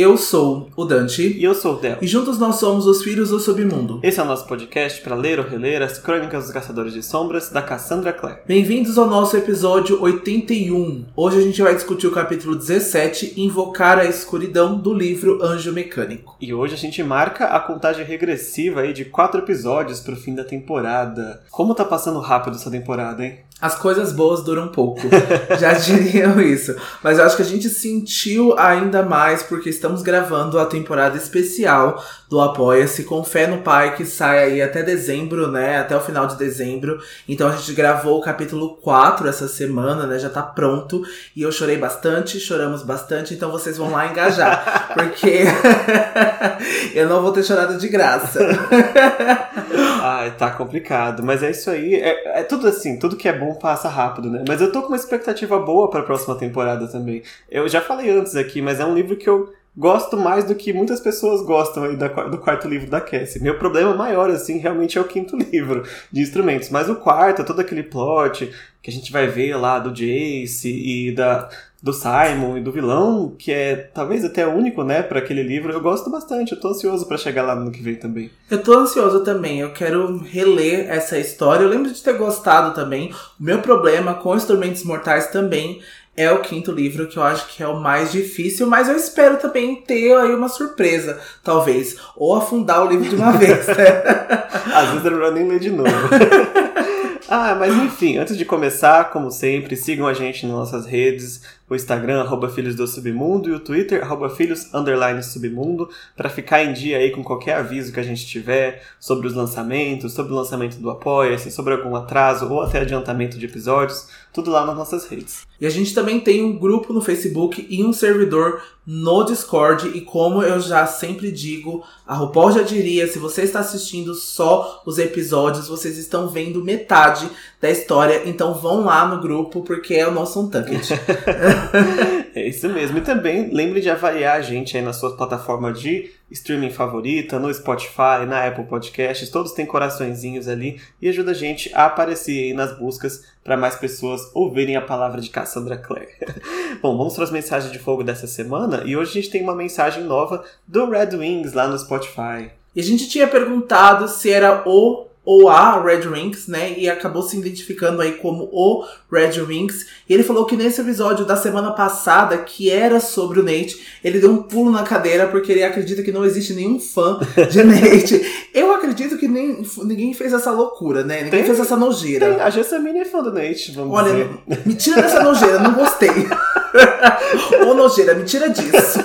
Eu sou o Dante. E eu sou o Del. E juntos nós somos os Filhos do Submundo. Esse é o nosso podcast para ler ou reler as Crônicas dos Caçadores de Sombras, da Cassandra Clare. Bem-vindos ao nosso episódio 81. Hoje a gente vai discutir o capítulo 17, Invocar a Escuridão, do livro Anjo Mecânico. E hoje a gente marca a contagem regressiva aí de 4 episódios pro fim da temporada. Como tá passando rápido essa temporada, hein? As coisas boas duram pouco, já diriam isso. Mas eu acho que a gente sentiu ainda mais porque estamos gravando a temporada especial do Apoia-se com Fé no Pai, que sai aí até dezembro, né? Até o final de dezembro. Então a gente gravou o capítulo 4 essa semana, né? Já tá pronto. E eu chorei bastante, choramos bastante. Então vocês vão lá engajar. Porque eu não vou ter chorado de graça. Ai, tá complicado. Mas é isso aí. É tudo assim, tudo que é bom passa rápido, né? Mas eu tô com uma expectativa boa pra próxima temporada também. Eu já falei antes aqui, mas é um livro que eu gosto mais do que muitas pessoas gostam aí do quarto livro da Cassie. Meu problema maior, assim, realmente é o quinto livro de instrumentos. Mas o quarto, é todo aquele plot que a gente vai ver lá do Jace e do Simon e do vilão, que é talvez até único, né, para aquele livro. Eu gosto bastante, eu tô ansioso pra chegar lá no que vem também. Eu tô ansioso também, eu quero reler essa história. Eu lembro de ter gostado também. O meu problema com Instrumentos Mortais também é o quinto livro, que eu acho que é o mais difícil, mas eu espero também ter aí uma surpresa, talvez. Ou afundar o livro de uma vez, né? Às vezes é melhor nem ler de novo. Mas enfim, antes de começar, como sempre, sigam a gente nas nossas redes, o Instagram, @Filhos do Submundo, e o Twitter, @Filhos_Submundo, para ficar em dia aí com qualquer aviso que a gente tiver sobre os lançamentos, sobre o lançamento do Apoia-se, sobre algum atraso ou até adiantamento de episódios, tudo lá nas nossas redes. E a gente também tem um grupo no Facebook e um servidor no Discord, e como eu já sempre digo, a RuPaul já diria, se você está assistindo só os episódios, vocês estão vendo metade da história, então vão lá no grupo, porque é o nosso Untucked. É isso mesmo. E também lembre de avaliar a gente aí na sua plataforma de streaming favorita, no Spotify, na Apple Podcasts, todos têm coraçõezinhos ali e ajuda a gente a aparecer aí nas buscas para mais pessoas ouvirem a palavra de Cassandra Clare. Bom, vamos para as mensagens de fogo dessa semana, e hoje a gente tem uma mensagem nova do Red Wings lá no Spotify. E a gente tinha perguntado se era o ou a Red Wings, né, e acabou se identificando aí como o Red Wings, e ele falou que nesse episódio da semana passada, que era sobre o Nate, ele deu um pulo na cadeira porque ele acredita que não existe nenhum fã de Nate. Eu acredito que ninguém fez essa loucura, né, ninguém fez essa nojeira. A Jessamine é fã do Nate, vamos dizer. Olha, me tira dessa nojeira, não gostei. Ô nojeira, me tira disso.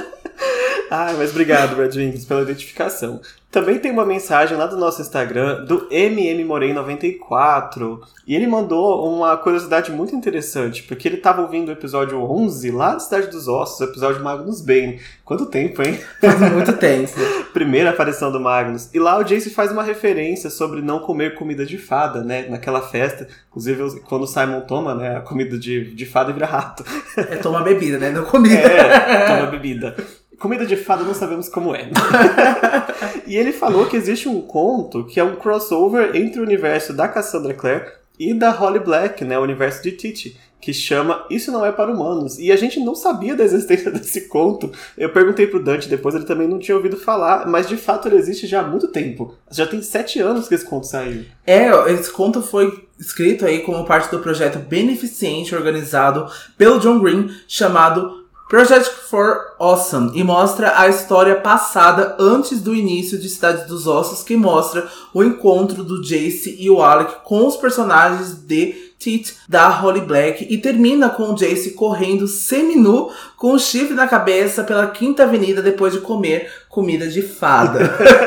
Mas obrigado, Red Wings, pela identificação. Também tem uma mensagem lá do nosso Instagram, do MMMorei94, e ele mandou uma curiosidade muito interessante, porque ele estava ouvindo o episódio 11, lá da Cidade dos Ossos, o episódio Magnus Bane. Quanto tempo, hein? Faz muito tempo. Primeira aparição do Magnus. E lá o Jace faz uma referência sobre não comer comida de fada, né, naquela festa. Inclusive, quando o Simon toma, né, a comida de fada e vira rato. Toma bebida, né, não comida. Toma bebida. Comida de fada não sabemos como é. E ele falou que existe um conto que é um crossover entre o universo da Cassandra Clare e da Holly Black, né, o universo de Titi, que chama Isso Não É Para Humanos. E a gente não sabia da existência desse conto. Eu perguntei pro Dante depois, ele também não tinha ouvido falar, mas de fato ele existe já há muito tempo. Já tem 7 anos que esse conto saiu. Esse conto foi escrito aí como parte do projeto beneficente organizado pelo John Green, chamado Project for Awesome, e mostra a história passada antes do início de Cidade dos Ossos, que mostra o encontro do Jace e o Alec com os personagens de Tit da Holly Black, e termina com o Jace correndo seminu com o chifre na cabeça pela Quinta Avenida depois de comer comida de fada.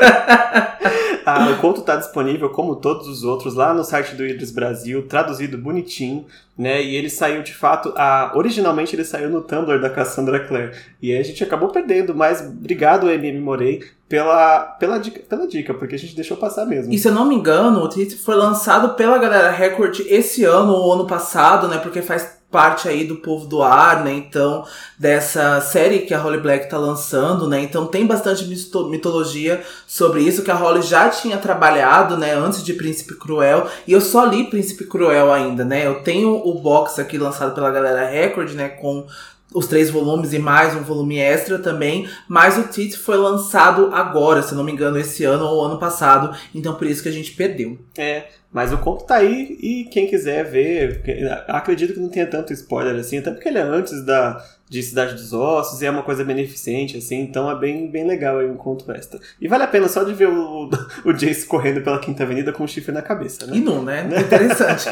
O conto está disponível, como todos os outros, lá no site do Idris Brasil, traduzido bonitinho, né? E ele saiu, de fato, originalmente ele saiu no Tumblr da Cassandra Clare. E aí a gente acabou perdendo, mas obrigado, MM Morei, pela dica, porque a gente deixou passar mesmo. E se eu não me engano, o Titi foi lançado pela Galera Record esse ano ou ano passado, né? Porque faz parte aí do Povo do Ar, né, então, dessa série que a Holly Black tá lançando, né, então tem bastante mitologia sobre isso, que a Holly já tinha trabalhado, né, antes de Príncipe Cruel, e eu só li Príncipe Cruel ainda, né, eu tenho o box aqui lançado pela Galera Record, né, com os 3 volumes e mais um volume extra também, mas o Teeth foi lançado agora, se não me engano, esse ano ou ano passado, então por isso que a gente perdeu. Mas o conto tá aí e quem quiser ver, acredito que não tenha tanto spoiler assim, até porque ele é antes de Cidade dos Ossos e é uma coisa beneficente, assim, então é bem legal aí um conto extra. E vale a pena só de ver o Jace correndo pela Quinta Avenida com um chifre na cabeça, né? E não, né? Interessante.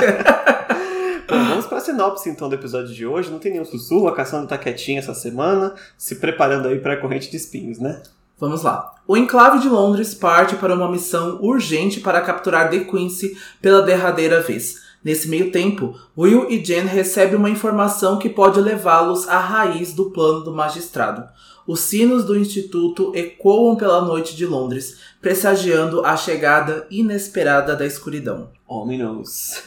Bom, vamos pra sinopse então do episódio de hoje. Não tem nenhum sussurro, a Cassandra tá quietinha essa semana, se preparando aí pra corrente de espinhos, né? Vamos lá. O Enclave de Londres parte para uma missão urgente para capturar The Quincy pela derradeira vez. Nesse meio tempo, Will e Jen recebem uma informação que pode levá-los à raiz do plano do magistrado. Os sinos do Instituto ecoam pela noite de Londres, pressagiando a chegada inesperada da escuridão. Ominous.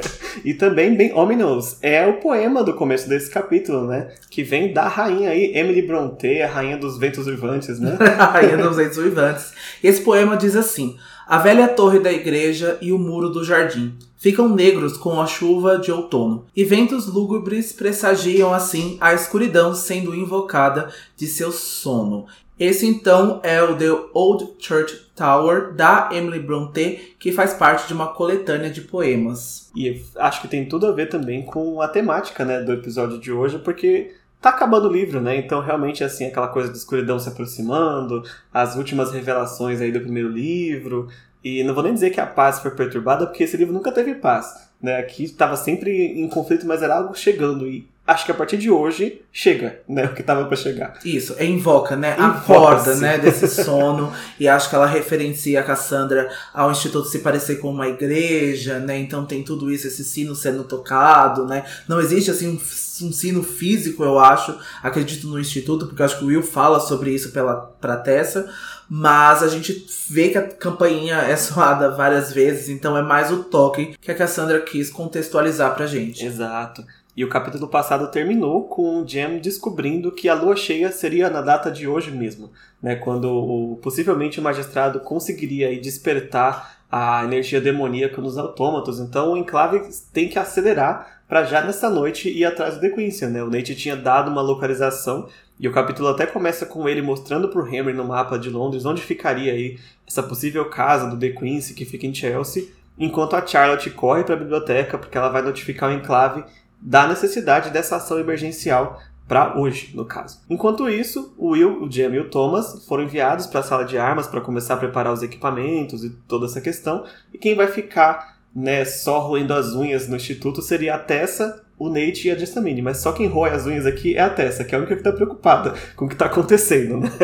E também bem ominous é o poema do começo desse capítulo, né? Que vem da rainha aí, Emily Brontë, a rainha dos ventos uivantes, né? A rainha dos ventos uivantes. Esse poema diz assim: a velha torre da igreja e o muro do jardim ficam negros com a chuva de outono, e ventos lúgubres pressagiam assim a escuridão sendo invocada de seu sono. Esse então é o The Old Church Tower, da Emily Brontë, que faz parte de uma coletânea de poemas. E acho que tem tudo a ver também com a temática, né, do episódio de hoje, porque tá acabando o livro, né? Então realmente assim, aquela coisa de escuridão se aproximando, as últimas revelações aí do primeiro livro. E não vou nem dizer que a paz foi perturbada, porque esse livro nunca teve paz, né? Aqui estava sempre em conflito, mas era algo chegando. E acho que a partir de hoje chega, né? O que estava para chegar. Isso, invoca, né? Acorda, né? Desse sono. E acho que ela referencia a Cassandra ao Instituto se parecer com uma igreja, né? Então tem tudo isso, esse sino sendo tocado, né? Não existe, assim, um sino físico, eu acho. Acredito no Instituto, porque eu acho que o Will fala sobre isso pra Tessa. Mas a gente vê que a campainha é soada várias vezes, então é mais o toque que a Cassandra quis contextualizar pra gente. Exato. E o capítulo passado terminou com o Jem descobrindo que a lua cheia seria na data de hoje mesmo, né? Quando possivelmente o magistrado conseguiria aí despertar a energia demoníaca nos autômatos. Então o Enclave tem que acelerar para já nessa noite ir atrás do The Quincy, né? O Nate tinha dado uma localização e o capítulo até começa com ele mostrando pro Henry no mapa de Londres onde ficaria aí essa possível casa do The Quincy, que fica em Chelsea, enquanto a Charlotte corre para a biblioteca porque ela vai notificar o Enclave da necessidade dessa ação emergencial para hoje, no caso. Enquanto isso, o Will, o Jem e o Thomas foram enviados para a sala de armas para começar a preparar os equipamentos e toda essa questão, e quem vai ficar, né, só roendo as unhas no instituto seria a Tessa, o Nate e a Jessamine, mas só quem roe as unhas aqui é a Tessa, que é a única que tá preocupada com o que tá acontecendo, né?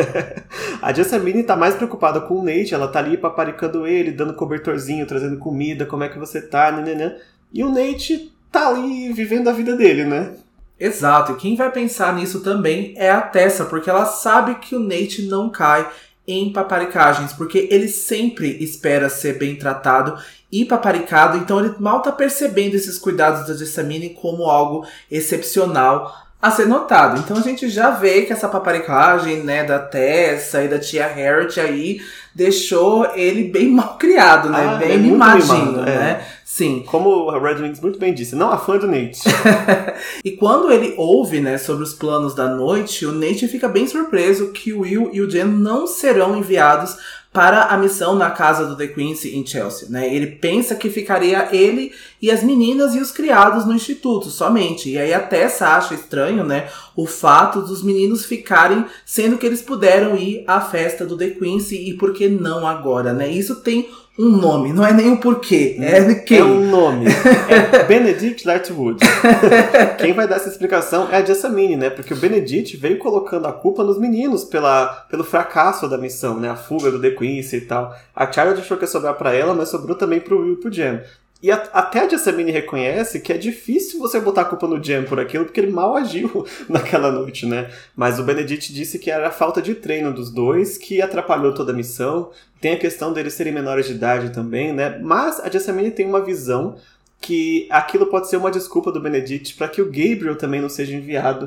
A Jessamine tá mais preocupada com o Nate, ela tá ali paparicando ele, dando cobertorzinho, trazendo comida, como é que você tá, né? E o Nate tá ali vivendo a vida dele, né? Exato, e quem vai pensar nisso também é a Tessa, porque ela sabe que o Nate não cai em paparicagens, porque ele sempre espera ser bem tratado e paparicado, então ele mal tá percebendo esses cuidados da Jessamine como algo excepcional a ser notado. Então a gente já vê que essa paparicagem, né, da Tessa e da tia Harriet aí deixou ele bem mal criado, né? Bem mimadinho, né? Sim. Como a Red Wings muito bem disse, não a fã do Nate. E quando ele ouve, né, sobre os planos da noite, o Nate fica bem surpreso que o Will e o Jen não serão enviados para a missão na casa do The Quincy em Chelsea, né? Ele pensa que ficaria ele e as meninas e os criados no instituto somente. E aí a Tessa acha estranho, né, o fato dos meninos ficarem, sendo que eles puderam ir à festa do The Quincy e por que não agora, né? Isso tem um nome, não é nem o porquê, é quem. É um nome, é Benedict Lightwood. Quem vai dar essa explicação é a Jessamine, né? Porque o Benedict veio colocando a culpa nos meninos pelo fracasso da missão, né? A fuga do The Quincy e tal. A Charlotte achou que ia sobrar pra ela, mas sobrou também pro Will e pro Jem. E até a Jessamine reconhece que é difícil você botar a culpa no Jem por aquilo, porque ele mal agiu naquela noite, né? Mas o Benedict disse que era a falta de treino dos dois que atrapalhou toda a missão. Tem a questão deles serem menores de idade também, né? Mas a Jessamine tem uma visão que aquilo pode ser uma desculpa do Benedict para que o Gabriel também não seja enviado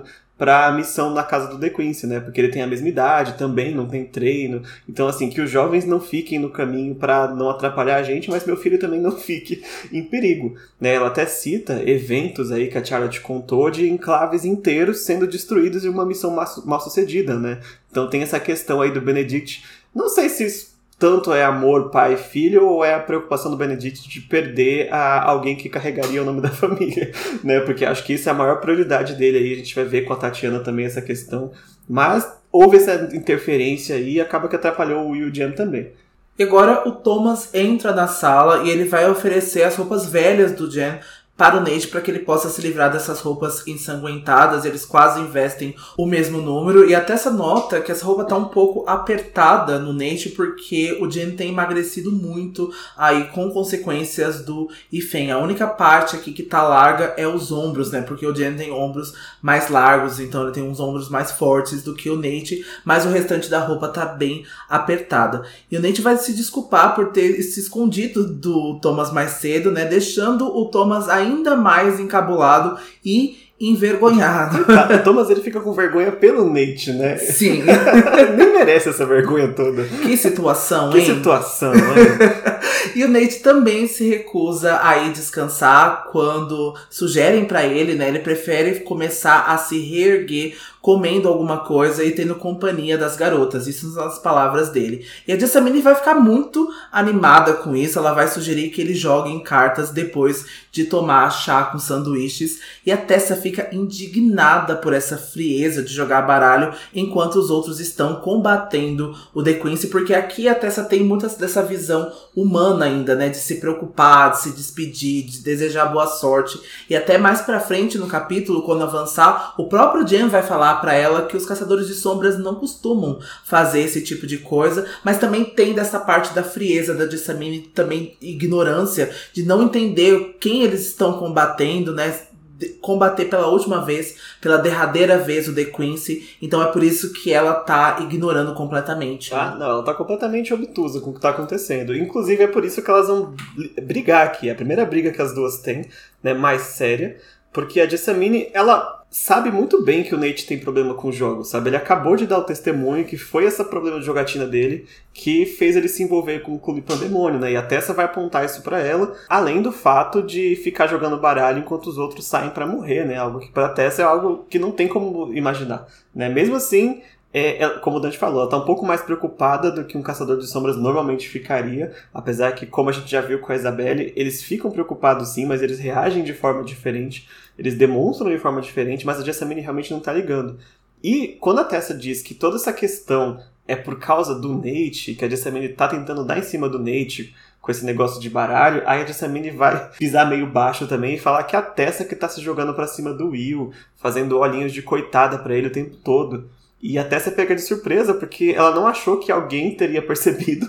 pra missão na casa do The Quincy, né? Porque ele tem a mesma idade também, não tem treino. Então, assim, que os jovens não fiquem no caminho pra não atrapalhar a gente, mas meu filho também não fique em perigo, né? Ela até cita eventos aí que a Charlotte contou de enclaves inteiros sendo destruídos em uma missão mal sucedida, né? Então tem essa questão aí do Benedict. Não sei se isso tanto é amor pai e filho ou é a preocupação do Benedict de perder alguém que carregaria o nome da família, né? Porque acho que isso é a maior prioridade dele aí. A gente vai ver com a Tatiana também essa questão. Mas houve essa interferência aí e acaba que atrapalhou o Will e o Jen também. E agora o Thomas entra na sala e ele vai oferecer as roupas velhas do Jen para o Nate, para que ele possa se livrar dessas roupas ensanguentadas. Eles quase investem o mesmo número. E até essa nota que essa roupa tá um pouco apertada no Nate, porque o Jen tem emagrecido muito aí com consequências do Ifen. A única parte aqui que tá larga é os ombros, né? Porque o Jen tem ombros mais largos, então ele tem uns ombros mais fortes do que o Nate, mas o restante da roupa tá bem apertada. E o Nate vai se desculpar por ter se escondido do Thomas mais cedo, né? Deixando o Thomas ainda mais encabulado e envergonhado. O Thomas, ele fica com vergonha pelo Nate, né? Sim. Nem merece essa vergonha toda. Que situação, hein? Que situação, hein? E o Nate também se recusa a ir descansar quando sugerem pra ele, né? Ele prefere começar a se reerguer comendo alguma coisa e tendo companhia das garotas. Isso são as palavras dele. E a Jessamine vai ficar muito animada com isso. Ela vai sugerir que ele jogue em cartas depois de tomar chá com sanduíches. E a Tessa fica indignada por essa frieza de jogar baralho enquanto os outros estão combatendo o The Quincy. Porque aqui a Tessa tem muita dessa visão humana ainda, né? De se preocupar, de se despedir, de desejar boa sorte. E até mais pra frente no capítulo, quando avançar, o próprio Jen vai falar pra ela que os caçadores de sombras não costumam fazer esse tipo de coisa, mas também tem dessa parte da frieza da Jessamine, também ignorância, de não entender quem eles estão combatendo, né? Combater pela última vez, pela derradeira vez o The Quincy, então é por isso que ela tá ignorando completamente. Ah, não, ela tá completamente obtusa com o que tá acontecendo. Inclusive é por isso que elas vão brigar aqui. É a primeira briga que as duas têm, né, mais séria, porque a Jessamine, ela sabe muito bem que o Nate tem problema com o jogo, sabe? Ele acabou de dar o testemunho que foi esse problema de jogatina dele que fez ele se envolver com o Clube Pandemônio, né? E a Tessa vai apontar isso pra ela, além do fato de ficar jogando baralho enquanto os outros saem pra morrer, né? Algo que pra Tessa é algo que não tem como imaginar, né? Mesmo assim, como o Dante falou, ela tá um pouco mais preocupada do que um caçador de sombras normalmente ficaria, apesar que, como a gente já viu com a Isabelle, eles ficam preocupados sim, mas eles reagem de forma diferente, eles demonstram de forma diferente, mas a Jessamine realmente não tá ligando. E quando a Tessa diz que toda essa questão é por causa do Nate, que a Jessamine tá tentando dar em cima do Nate com esse negócio de baralho, aí a Jessamine vai pisar meio baixo também e falar que a Tessa que tá se jogando pra cima do Will, fazendo olhinhos de coitada pra ele o tempo todo. E a Tessa pega de surpresa, porque ela não achou que alguém teria percebido,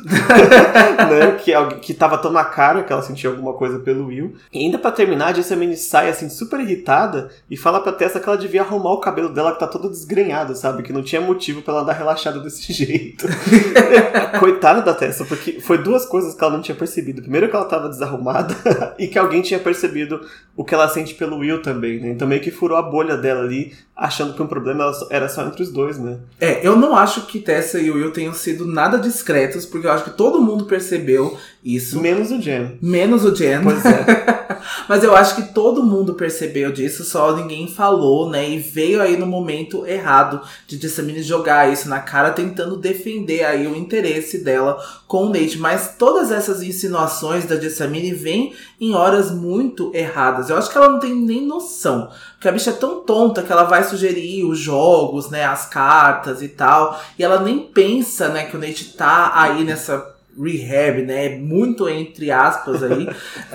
né? Que tava tão na cara que ela sentia alguma coisa pelo Will. E ainda pra terminar, a Jessamine sai assim, super irritada, e fala pra Tessa que ela devia arrumar o cabelo dela, que tá todo desgrenhado, sabe? Que não tinha motivo pra ela dar relaxada desse jeito. Coitada da Tessa, porque foi duas coisas que ela não tinha percebido. Primeiro que ela tava desarrumada, e que alguém tinha percebido o que ela sente pelo Will também, né? Então meio que furou a bolha dela ali, achando que um problema era só entre os dois, né? Eu não acho que Tessa e o Will tenham sido nada discretos, porque eu acho que todo mundo percebeu isso. Menos o Jen. Menos o Jen. Pois é. Mas eu acho que todo mundo percebeu disso, só ninguém falou, né? E veio aí no momento errado de Jessamine jogar isso na cara, tentando defender aí o interesse dela com o Nate. Mas todas essas insinuações da Jessamine vêm em horas muito erradas. Eu acho que ela não tem nem noção. Porque a bicha é tão tonta que ela vai sugerir os jogos, né? As cartas e tal. E ela nem pensa, né? Que o Nate tá aí nessa rehab, né? Muito entre aspas aí.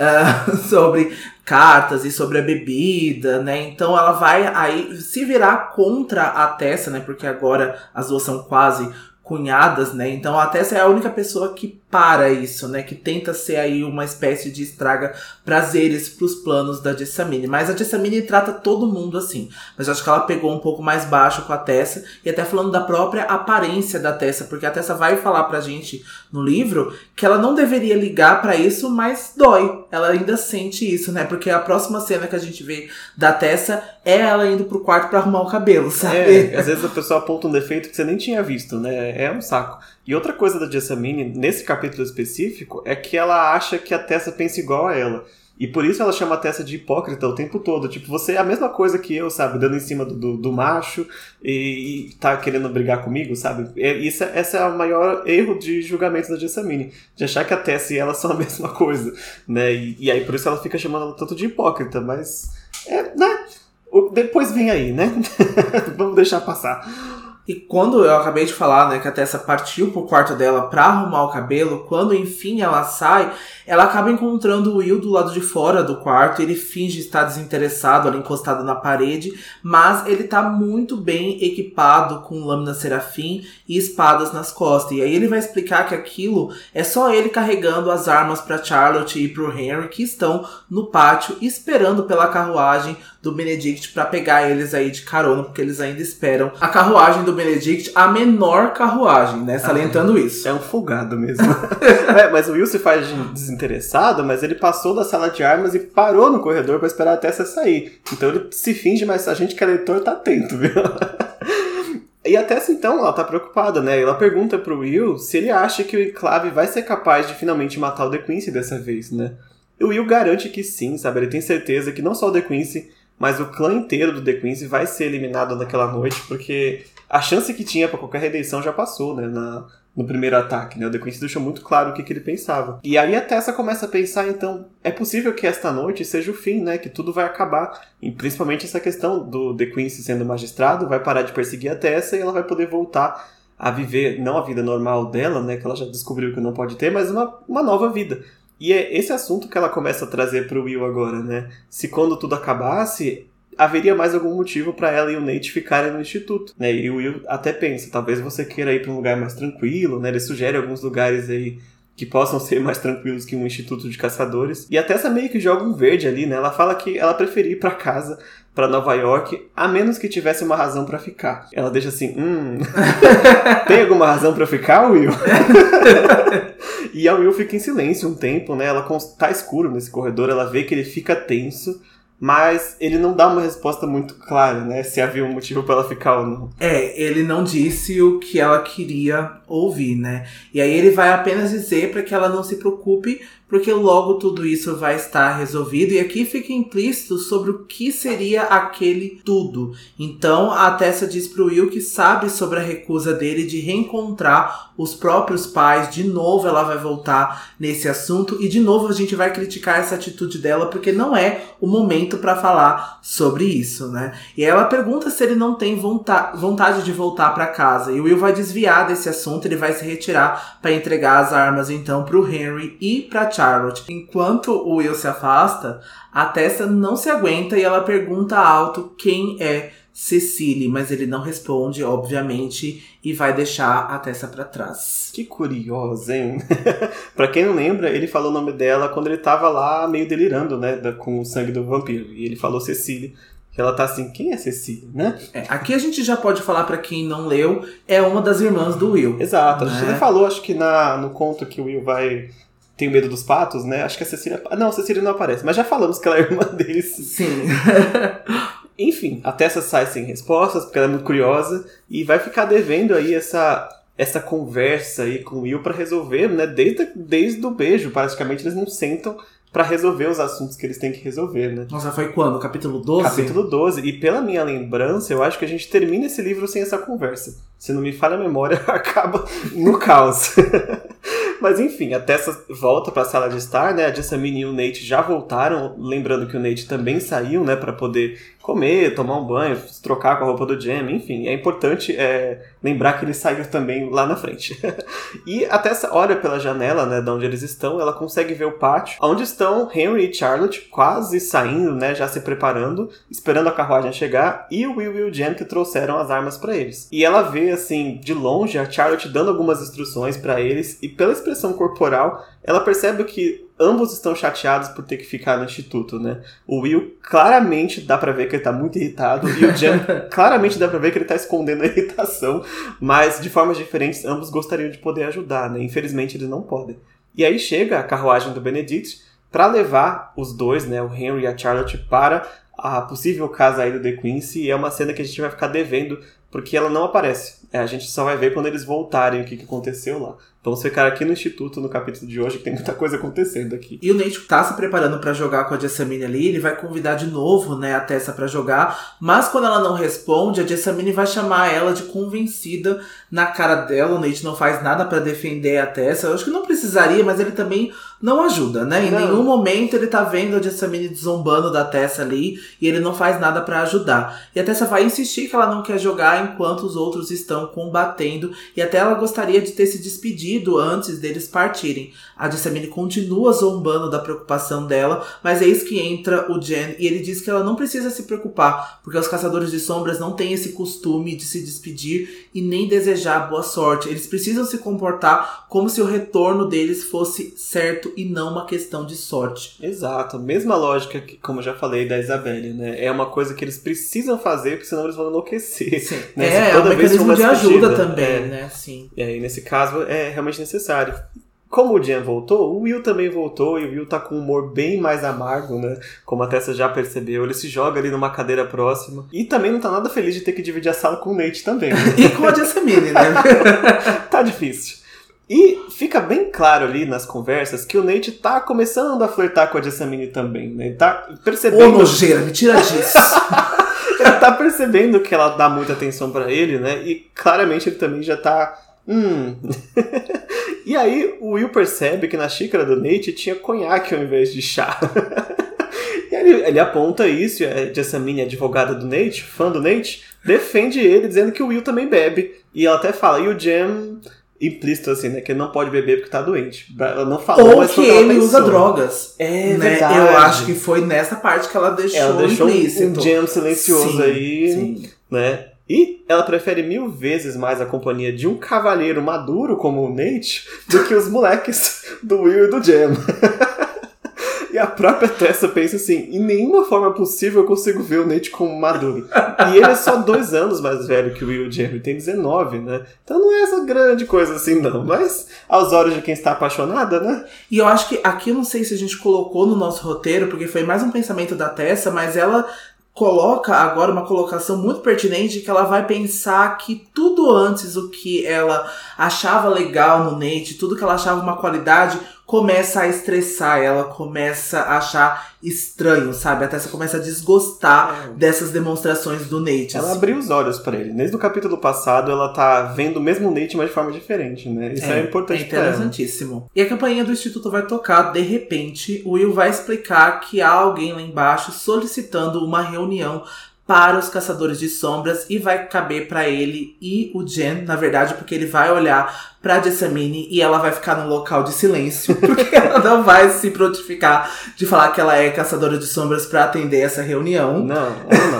Sobre cartas e sobre a bebida, né? Então ela vai aí se virar contra a Tessa, né? Porque agora as duas são quase cunhadas, né? Então a Tessa é a única pessoa que para isso, né? Que tenta ser aí uma espécie de estraga prazeres pros planos da Jessamine. Mas a Jessamine trata todo mundo assim. Mas eu acho que ela pegou um pouco mais baixo com a Tessa. E até falando da própria aparência da Tessa. Porque a Tessa vai falar pra gente no livro que ela não deveria ligar pra isso, mas dói. Ela ainda sente isso, né? Porque a próxima cena que a gente vê da Tessa é ela indo pro quarto pra arrumar o cabelo, sabe? Às vezes a pessoa aponta um defeito que você nem tinha visto, né? É um saco. E outra coisa da Jessamine, nesse capítulo específico, é que ela acha que a Tessa pensa igual a ela. E por isso ela chama a Tessa de hipócrita o tempo todo. Tipo, você é a mesma coisa que eu, sabe? Dando em cima do macho e tá querendo brigar comigo, sabe? Esse é o maior erro de julgamento da Jessamine. De achar que a Tessa e ela são a mesma coisa, né? E aí por isso ela fica chamando ela tanto de hipócrita. Mas, né? Depois vem aí, né? Vamos deixar passar. E quando eu acabei de falar, né, que a Tessa partiu pro quarto dela pra arrumar o cabelo, quando enfim ela sai, ela acaba encontrando o Will do lado de fora do quarto. Ele finge estar desinteressado, ali encostado na parede, mas ele tá muito bem equipado com lâmina serafim e espadas nas costas. E aí ele vai explicar que aquilo é só ele carregando as armas pra Charlotte e pro Henry, que estão no pátio esperando pela carruagem do Benedict pra pegar eles aí de carona, porque eles ainda esperam a carruagem do Benedict, a menor carruagem, né? Salientando isso. É um folgado mesmo. Mas o Will se faz desinteressado, mas ele passou da sala de armas e parou no corredor pra esperar a Tessa sair. Então ele se finge, mas a gente que é leitor tá atento, viu? E a Tessa, então, ela tá preocupada, né? Ela pergunta pro Will se ele acha que o Enclave vai ser capaz de finalmente matar o The Quincy dessa vez, né? E o Will garante que sim, sabe? Ele tem certeza que não só o The Quincy, mas o clã inteiro do The Quincy vai ser eliminado naquela noite, porque a chance que tinha pra qualquer redenção já passou, né? No primeiro ataque, né? O The Quincy deixou muito claro o que ele pensava. E aí a Tessa começa a pensar, então, é possível que esta noite seja o fim, né? Que tudo vai acabar. E principalmente essa questão do The Quincy sendo magistrado, vai parar de perseguir a Tessa e ela vai poder voltar a viver, não a vida normal dela, né? Que ela já descobriu que não pode ter, mas uma nova vida. E é esse assunto que ela começa a trazer pro Will agora, né? Se quando tudo acabasse, haveria mais algum motivo para ela e o Nate ficarem no instituto, né? E o Will até pensa, talvez você queira ir para um lugar mais tranquilo, né? Ele sugere alguns lugares aí que possam ser mais tranquilos que um instituto de caçadores. E a Tessa meio que joga um verde ali, né? Ela fala que ela preferia ir para casa, para Nova York, a menos que tivesse uma razão para ficar. Ela deixa assim, tem alguma razão para ficar, Will? E a Will fica em silêncio um tempo, né? Ela tá escuro nesse corredor, ela vê que ele fica tenso, mas ele não dá uma resposta muito clara, né? Se havia um motivo pra ela ficar ou não. Ele não disse o que ela queria ouvir, né? E aí ele vai apenas dizer pra que ela não se preocupe, porque logo tudo isso vai estar resolvido. E aqui fica implícito sobre o que seria aquele tudo. Então a Tessa diz pro Will que sabe sobre a recusa dele de reencontrar os próprios pais. De novo ela vai voltar nesse assunto. E de novo a gente vai criticar essa atitude dela, porque não é o momento pra falar sobre isso, né? E ela pergunta se ele não tem vontade de voltar pra casa. E o Will vai desviar desse assunto, ele vai se retirar pra entregar as armas então pro Henry e pra Charlotte. Enquanto o Will se afasta, a Tessa não se aguenta e ela pergunta alto quem é Cecily, mas ele não responde, obviamente, e vai deixar a Tessa pra trás. Que curioso, hein? Pra quem não lembra, ele falou o nome dela quando ele tava lá meio delirando, né, com o sangue do vampiro. E ele falou Cecily. Que ela tá assim, quem é Cecily, né? Aqui a gente já pode falar pra quem não leu, é uma das irmãs do Will. Exato, né? A gente já falou, acho que no conto que o Will tem medo dos patos, né? Acho que a Cecília... Não, a Cecília não aparece, mas já falamos que ela é irmã deles. Sim. Enfim, a Tessa sai sem respostas, porque ela é muito curiosa, e vai ficar devendo aí essa conversa aí com o Will pra resolver, né? Desde o beijo, praticamente, eles não sentam pra resolver os assuntos que eles têm que resolver, né? Nossa, foi quando? Capítulo 12? Capítulo 12. E pela minha lembrança, eu acho que a gente termina esse livro sem essa conversa. Se não me falha a memória, acaba no caos. Mas enfim, a Tessa volta pra sala de estar, né? A Jessamine e o Nate já voltaram, lembrando que o Nate também saiu, né? Pra poder comer, tomar um banho, se trocar com a roupa do Jem, enfim. É importante lembrar que ele saiu também lá na frente. E a Tessa olha pela janela, né, de onde eles estão, ela consegue ver o pátio, onde estão Henry e Charlotte quase saindo, né, já se preparando, esperando a carruagem chegar, e o Will e o Jem que trouxeram as armas pra eles. E ela vê, assim, de longe, a Charlotte dando algumas instruções pra eles, e pela expressão corporal, ela percebe que ambos estão chateados por ter que ficar no instituto, né? O Will claramente dá pra ver que ele tá muito irritado, e o Jem claramente dá pra ver que ele tá escondendo a irritação, mas de formas diferentes ambos gostariam de poder ajudar, né? Infelizmente eles não podem. E aí chega a carruagem do Benedict pra levar os dois, né, o Henry e a Charlotte, para a possível casa aí do The Quincy, e é uma cena que a gente vai ficar devendo, porque ela não aparece. A gente só vai ver quando eles voltarem o que aconteceu lá. Vamos ficar aqui no Instituto, no capítulo de hoje, que tem muita coisa acontecendo aqui. E o Nate tá se preparando pra jogar com a Jessamine ali, ele vai convidar de novo, né, a Tessa pra jogar, mas quando ela não responde, a Jessamine vai chamar ela de convencida na cara dela. O Nate não faz nada pra defender a Tessa. Eu acho que não precisaria, mas ele também não ajuda, né? Em nenhum momento ele tá vendo a Jessamine zombando da Tessa ali, e ele não faz nada pra ajudar. E a Tessa vai insistir que ela não quer jogar enquanto os outros estão combatendo, e até ela gostaria de ter se despedido antes deles partirem. A Jessamine continua zombando da preocupação dela, mas eis que entra o Jen e ele diz que ela não precisa se preocupar, porque os caçadores de sombras não têm esse costume de se despedir e nem desejar boa sorte. Eles precisam se comportar como se o retorno deles fosse certo e não uma questão de sorte. Exato, mesma lógica que, como eu já falei, da Isabelle, né? É uma coisa que eles precisam fazer, porque senão eles vão enlouquecer. Sim. Né? É um mecanismo de ajuda também, né? Sim. E nesse caso é realmente necessário. Como o Jen voltou, o Will também voltou, e o Will tá com um humor bem mais amargo, né? Como a Tessa já percebeu, ele se joga ali numa cadeira próxima. E também não tá nada feliz de ter que dividir a sala com o Nate também. Né? E com a Jessamine, né? Tá difícil. E fica bem claro ali nas conversas que o Nate tá começando a flertar com a Jessamine também, né? Ele tá percebendo... Ô, nojeira, me tira disso! Ele tá percebendo que ela dá muita atenção pra ele, né? E claramente ele também já tá... E aí o Will percebe que na xícara do Nate tinha conhaque ao invés de chá. E ele aponta isso, e a Jessamine, advogada do Nate, fã do Nate, defende ele, dizendo que o Will também bebe. E ela até fala, e o Jem... implícito assim, né? Que ele não pode beber porque tá doente. Ela não falou, ou que ele usa drogas. É, né? verdade. Eu acho que foi nessa parte que ela deixou implícito. Um Jem silencioso sim, aí, sim. né? E ela prefere 1000 vezes mais a companhia de um cavalheiro maduro como o Nate do que os moleques do Will e do Jem. E a própria Tessa pensa assim, em nenhuma forma possível eu consigo ver o Nate como maduro. E ele é só 2 anos mais velho que o Will e o Jem, ele tem 19, né? Então não é essa grande coisa assim não, mas aos olhos de quem está apaixonada, né? E eu acho que aqui, eu não sei se a gente colocou no nosso roteiro, porque foi mais um pensamento da Tessa, mas ela coloca agora uma colocação muito pertinente, que ela vai pensar que tudo antes o que ela achava legal no Nate, tudo que ela achava uma qualidade, começa a estressar, ela começa a achar estranho, sabe? A Tessa começa a desgostar dessas demonstrações do Nate. Ela assim. abriu os olhos pra ele. Desde o capítulo passado, ela tá vendo o mesmo Nate, mas de forma diferente, né? Isso é importante pra ela. É interessantíssimo. E a campainha do Instituto vai tocar, de repente, o Will vai explicar que há alguém lá embaixo solicitando uma reunião para os caçadores de sombras, e vai caber pra ele e o Jen, na verdade, porque ele vai olhar pra Jessamine e ela vai ficar num local de silêncio, porque ela não vai se prontificar de falar que ela é caçadora de sombras pra atender essa reunião. Não.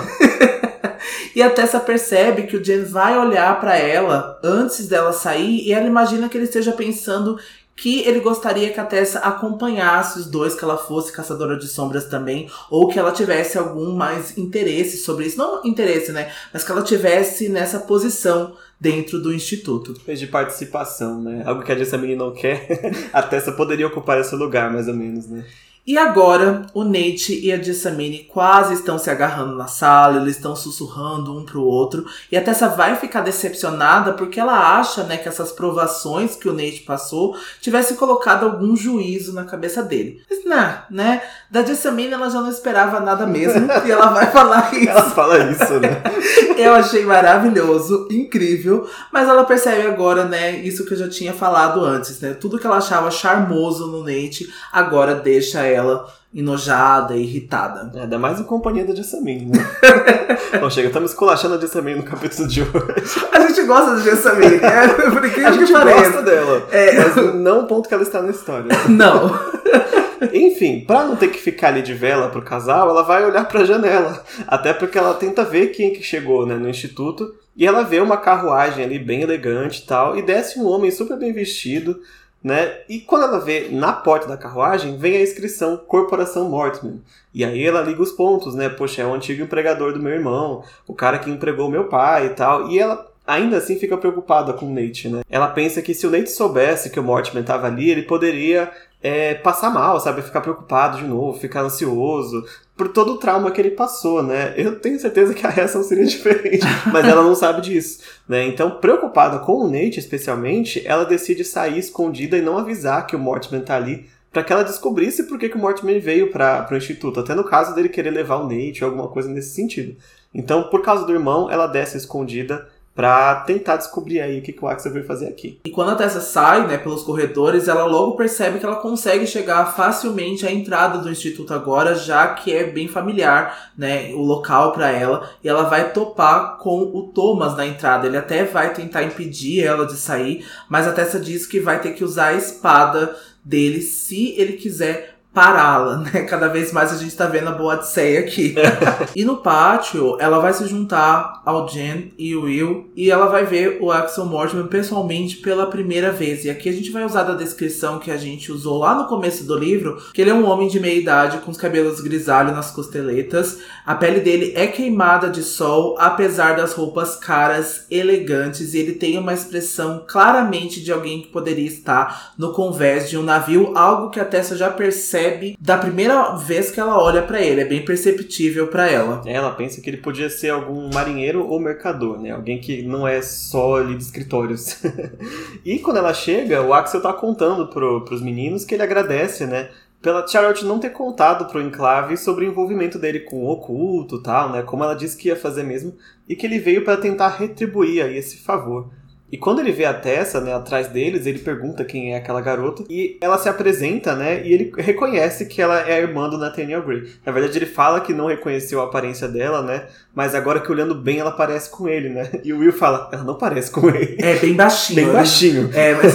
E a Tessa percebe que o Jen vai olhar pra ela antes dela sair, e ela imagina que ele esteja pensando que ele gostaria que a Tessa acompanhasse os dois, que ela fosse caçadora de sombras também, ou que ela tivesse algum mais interesse sobre isso. Não interesse, né? Mas que ela tivesse nessa posição dentro do Instituto. De participação, né? Algo que a Jessamine não quer, a Tessa poderia ocupar esse lugar, mais ou menos, né? E agora, o Nate e a Jessamine quase estão se agarrando na sala, eles estão sussurrando um pro outro, e a Tessa vai ficar decepcionada porque ela acha, né, que essas provações que o Nate passou tivessem colocado algum juízo na cabeça dele. Mas não, né? Da Jessamine ela já não esperava nada mesmo, e ela vai falar isso. Ela fala isso, né? Eu achei maravilhoso, incrível, mas ela percebe agora, né, isso que eu já tinha falado antes, né? Tudo que ela achava charmoso no Nate, agora deixa ela, enojada, irritada. Ainda mais em companhia da Jessamine, né? Bom, chega, estamos esculachando a Jessamine no capítulo de hoje. A gente gosta da Jessamine, por incrível a gente que pareça. Gosta dela, mas não o ponto que ela está na história. Não. Enfim, pra não ter que ficar ali de vela pro casal, ela vai olhar pra janela. Até porque ela tenta ver quem que chegou, né, no instituto. E ela vê uma carruagem ali bem elegante e tal. E desce um homem super bem vestido, né? E quando ela vê na porta da carruagem, vem a inscrição Corporação Mortimer. E aí ela liga os pontos, né? Poxa, é o antigo empregador do meu irmão, o cara que empregou meu pai e tal. E ela ainda assim fica preocupada com o Nate, né? Ela pensa que se o Nate soubesse que o Mortimer estava ali, ele poderia passar mal, sabe? Ficar preocupado de novo, ficar ansioso por todo o trauma que ele passou, né? Eu tenho certeza que a reação seria diferente, mas ela não sabe disso, né? Então, preocupada com o Nate, especialmente, ela decide sair escondida e não avisar que o Mortimer tá ali, para que ela descobrisse por que o Mortimer veio para o instituto, até no caso dele querer levar o Nate ou alguma coisa nesse sentido. Então, por causa do irmão, ela desce escondida pra tentar descobrir aí o que o Axel veio fazer aqui. E quando a Tessa sai, né, pelos corredores, ela logo percebe que ela consegue chegar facilmente à entrada do instituto agora, já que é bem familiar, né, o local pra ela, e ela vai topar com o Thomas na entrada. Ele até vai tentar impedir ela de sair, mas a Tessa diz que vai ter que usar a espada dele se ele quiser pará-la, né? Cada vez mais a gente tá vendo a Boadicea aqui. E no pátio, ela vai se juntar ao Jen e o Will, e ela vai ver o Axel Mortimer pessoalmente pela primeira vez. E aqui a gente vai usar da descrição que a gente usou lá no começo do livro, que ele é um homem de meia idade com os cabelos grisalhos nas costeletas. A pele dele é queimada de sol, apesar das roupas caras, elegantes, e ele tem uma expressão claramente de alguém que poderia estar no convés de um navio, algo que a Tessa já percebe da primeira vez que ela olha pra ele. É bem perceptível pra ela. Ela pensa que ele podia ser algum marinheiro ou mercador, né? Alguém que não é só ali de escritórios. E quando ela chega, o Axel tá contando pros meninos que ele agradece, né? Pela Charlotte não ter contado pro Enclave sobre o envolvimento dele com o oculto e tal, né? Como ela disse que ia fazer mesmo. E que ele veio pra tentar retribuir aí esse favor. E quando ele vê a Tessa, né, atrás deles, ele pergunta quem é aquela garota. E ela se apresenta, né, e ele reconhece que ela é a irmã do Nathaniel Grey. Na verdade, ele fala que não reconheceu a aparência dela, né, mas agora que olhando bem, ela parece com ele, né. E o Will fala, ela não parece com ele. É, bem baixinho. Bem baixinho. É, mas...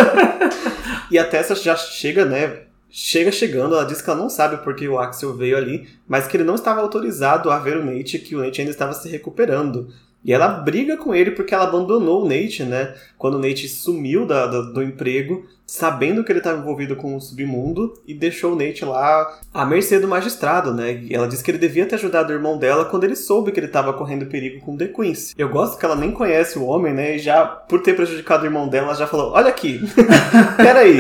E a Tessa já chega, né, chegando, ela diz que ela não sabe porque o Axel veio ali, mas que ele não estava autorizado a ver o Nate, que o Nate ainda estava se recuperando. E ela briga com ele porque ela abandonou o Nate, né? Quando o Nate sumiu do emprego, sabendo que ele estava envolvido com o submundo, e deixou o Nate lá à mercê do magistrado, né? E ela disse que ele devia ter ajudado o irmão dela quando ele soube que ele estava correndo perigo com o The Quincy. Eu gosto que ela nem conhece o homem, né? E já, por ter prejudicado o irmão dela, ela já falou, olha aqui, peraí.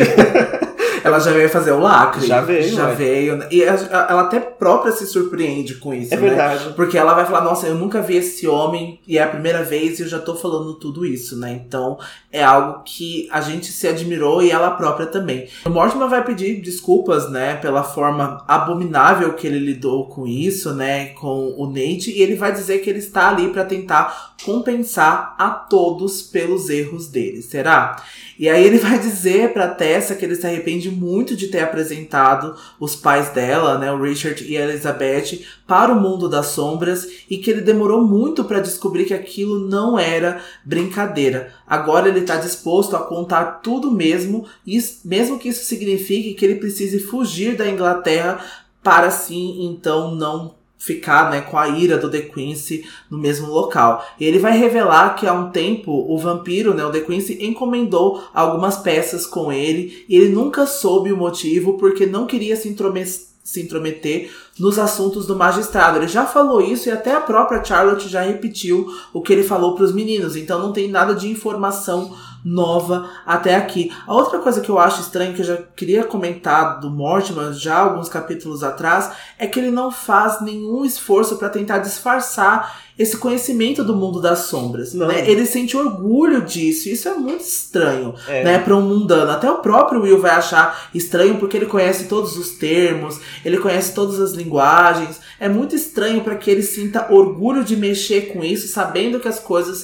Ela já veio fazer o lacre. Já veio. Já veio. E ela até própria se surpreende com isso, né? É verdade. Porque ela vai falar, nossa, eu nunca vi esse homem e é a primeira vez e eu já tô falando tudo isso, né? Então, é algo que a gente se admirou e ela própria também. O Mortimer vai pedir desculpas, né? Pela forma abominável que ele lidou com isso, né? Com o Nate. E ele vai dizer que ele está ali pra tentar compensar a todos pelos erros dele. Será? E aí ele vai dizer pra Tessa que ele se arrepende muito de ter apresentado os pais dela, né, o Richard e a Elizabeth, para o mundo das sombras, e que ele demorou muito pra descobrir que aquilo não era brincadeira. Agora ele tá disposto a contar tudo mesmo, mesmo que isso signifique que ele precise fugir da Inglaterra para assim, então, não ficar, né, com a ira do The Quincy no mesmo local. E ele vai revelar que há um tempo o vampiro, né, o The Quincy, encomendou algumas peças com ele e ele nunca soube o motivo porque não queria se intrometer nos assuntos do magistrado. Ele já falou isso e até a própria Charlotte já repetiu o que ele falou para os meninos. Então não tem nada de informação nova até aqui. A outra coisa que eu acho estranho, que eu já queria comentar do Mortimer já alguns capítulos atrás, é que ele não faz nenhum esforço para tentar disfarçar esse conhecimento do mundo das sombras, né? Ele sente orgulho disso, isso é muito estranho, né, para um mundano. Até o próprio Will vai achar estranho porque ele conhece todos os termos, ele conhece todas as linguagens. É muito estranho para que ele sinta orgulho de mexer com isso, sabendo que as coisas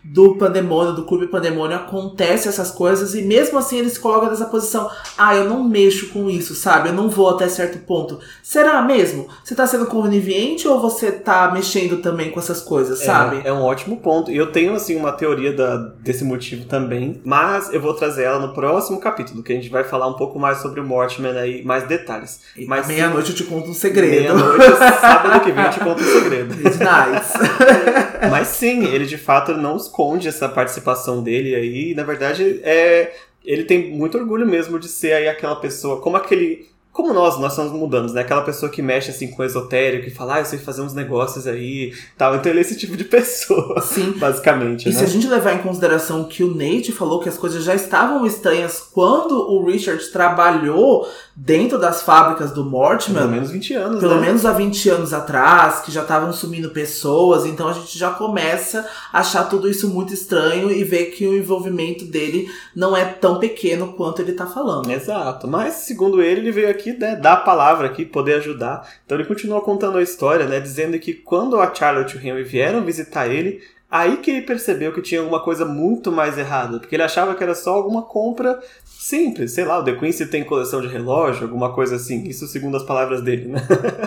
do Pandemônio, do Clube Pandemônio, acontece essas coisas e mesmo assim ele se coloca nessa posição. Eu não mexo com isso, sabe? Eu não vou até certo ponto. Será mesmo? Você tá sendo conivente ou você tá mexendo também com essas coisas, sabe? É um ótimo ponto. E eu tenho, assim, uma teoria desse motivo também, mas eu vou trazer ela no próximo capítulo, que a gente vai falar um pouco mais sobre o Mortimer aí, mais detalhes. Mas meia-noite eu te conto um segredo. Meia-noite, sábado que vem eu te conto um segredo. Nice. Mas sim, ele de fato não esconde essa participação dele aí. Na verdade, ele tem muito orgulho mesmo de ser aí aquela pessoa, como nós somos mudanos, né? Aquela pessoa que mexe assim com o esotérico e fala, eu sei fazer uns negócios aí, tal. Então ele é esse tipo de pessoa, sim, basicamente. E né? se a gente levar em consideração que o Nate falou que as coisas já estavam estranhas quando o Richard trabalhou dentro das fábricas do Mortimer. Pelo menos 20 anos, Pelo menos há 20 anos atrás, que já estavam sumindo pessoas. Então a gente já começa a achar tudo isso muito estranho e ver que o envolvimento dele não é tão pequeno quanto ele tá falando. Exato. Mas, segundo ele veio aqui, né, dar a palavra aqui, poder ajudar. Então ele continua contando a história, né, dizendo que quando a Charlotte e o Henry vieram visitar ele, aí que ele percebeu que tinha alguma coisa muito mais errada, porque ele achava que era só alguma compra simples, sei lá, o The Quincy tem coleção de relógio, alguma coisa assim, isso segundo as palavras dele, né?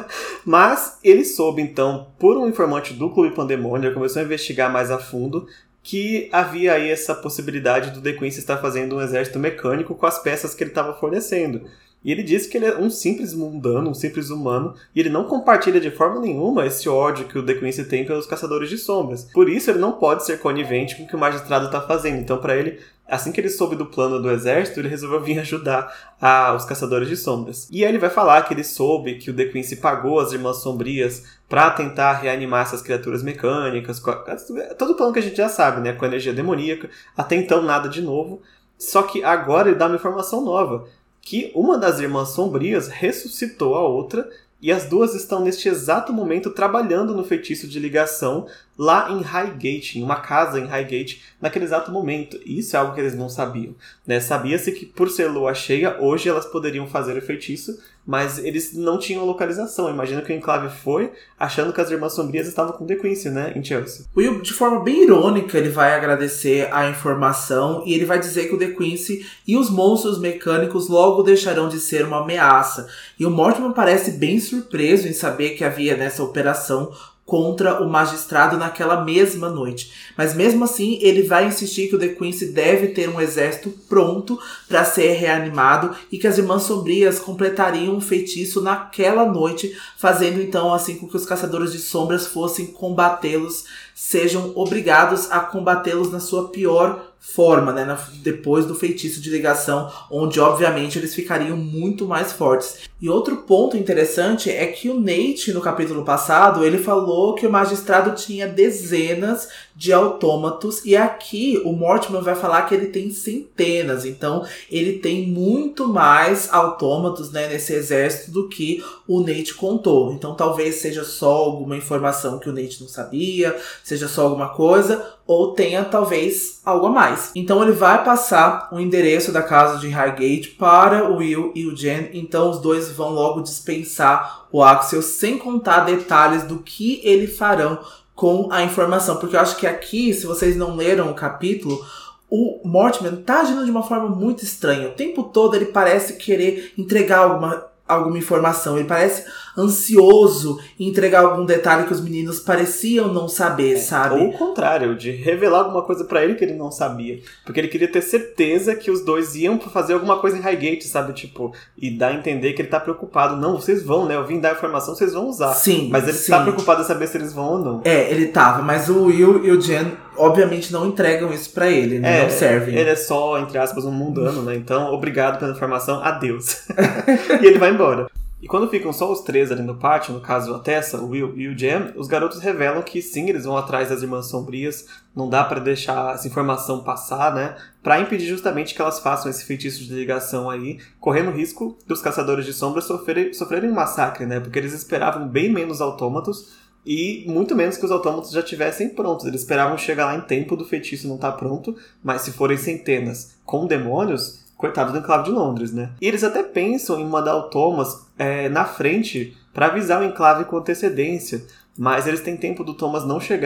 Mas ele soube então, por um informante do Clube Pandemônio, ele começou a investigar mais a fundo, que havia aí essa possibilidade do The Quincy estar fazendo um exército mecânico com as peças que ele estava fornecendo. E ele disse que ele é um simples mundano, um simples humano, e ele não compartilha de forma nenhuma esse ódio que o The Quincy tem pelos Caçadores de Sombras. Por isso ele não pode ser conivente com o que o magistrado está fazendo. Então, para ele, assim que ele soube do plano do exército, ele resolveu vir ajudar os Caçadores de Sombras. E aí ele vai falar que ele soube que o The Quincy pagou as Irmãs Sombrias para tentar reanimar essas criaturas mecânicas, todo o plano que a gente já sabe, né, com a energia demoníaca. Até então, nada de novo. Só que agora ele dá uma informação nova, que uma das Irmãs Sombrias ressuscitou a outra e as duas estão neste exato momento trabalhando no feitiço de ligação lá em Highgate, em uma casa em Highgate, naquele exato momento. E isso é algo que eles não sabiam, né? Sabia-se que por ser lua cheia, hoje elas poderiam fazer o feitiço, mas eles não tinham localização. Imagina que o Enclave foi achando que as Irmãs Sombrias estavam com The Quincy, né, em Chelsea. Will, de forma bem irônica, ele vai agradecer a informação e ele vai dizer que o The Quincy e os monstros mecânicos logo deixarão de ser uma ameaça. E o Mortimer parece bem surpreso em saber que havia nessa operação contra o magistrado naquela mesma noite. Mas mesmo assim, ele vai insistir que o The Quincy deve ter um exército pronto para ser reanimado e que as Irmãs Sombrias completariam um feitiço naquela noite, fazendo então assim com que os Caçadores de Sombras fossem combatê-los, sejam obrigados a combatê-los na sua pior forma, né, depois do feitiço de ligação, onde obviamente eles ficariam muito mais fortes. E outro ponto interessante é que o Nate, no capítulo passado, ele falou que o magistrado tinha dezenas de autômatos, e aqui o Mortimer vai falar que ele tem centenas, então ele tem muito mais autômatos, né, nesse exército do que o Nate contou. Então talvez seja só alguma informação que o Nate não sabia, seja só alguma coisa, ou tenha talvez algo a mais. Então ele vai passar o endereço da casa de Highgate para o Will e o Jen, então os dois vão logo dispensar o Axel sem contar detalhes do que eles farão com a informação. Porque eu acho que aqui, se vocês não leram o capítulo, o Mortimer tá agindo de uma forma muito estranha. O tempo todo ele parece querer entregar alguma informação. Ele parece ansioso em entregar algum detalhe que os meninos pareciam não saber, sabe? Ou o contrário, de revelar alguma coisa pra ele que ele não sabia. Porque ele queria ter certeza que os dois iam fazer alguma coisa em Highgate, sabe? Tipo, e dar a entender que ele tá preocupado. Não, vocês vão, né? Eu vim dar a informação, vocês vão usar. Sim, mas ele tá preocupado em saber se eles vão ou não. Ele tava, mas o Will e o Jen obviamente não entregam isso pra ele, né? Não servem. Ele é só, entre aspas, um mundano, né? Então, obrigado pela informação, adeus. E ele vai embora. E quando ficam só os três ali no pátio, no caso a Tessa, o Will e o Jen, os garotos revelam que sim, eles vão atrás das Irmãs Sombrias, não dá pra deixar essa informação passar, né? Pra impedir justamente que elas façam esse feitiço de ligação aí, correndo o risco dos Caçadores de Sombras sofrerem um massacre, né? Porque eles esperavam bem menos autômatos e muito menos que os autômatos já estivessem prontos. Eles esperavam chegar lá em tempo do feitiço não estar pronto, mas se forem centenas com demônios, coitado do Enclave de Londres, né? E eles até pensam em mandar o Thomas na frente para avisar o Enclave com antecedência, mas eles têm tempo do Thomas não chegar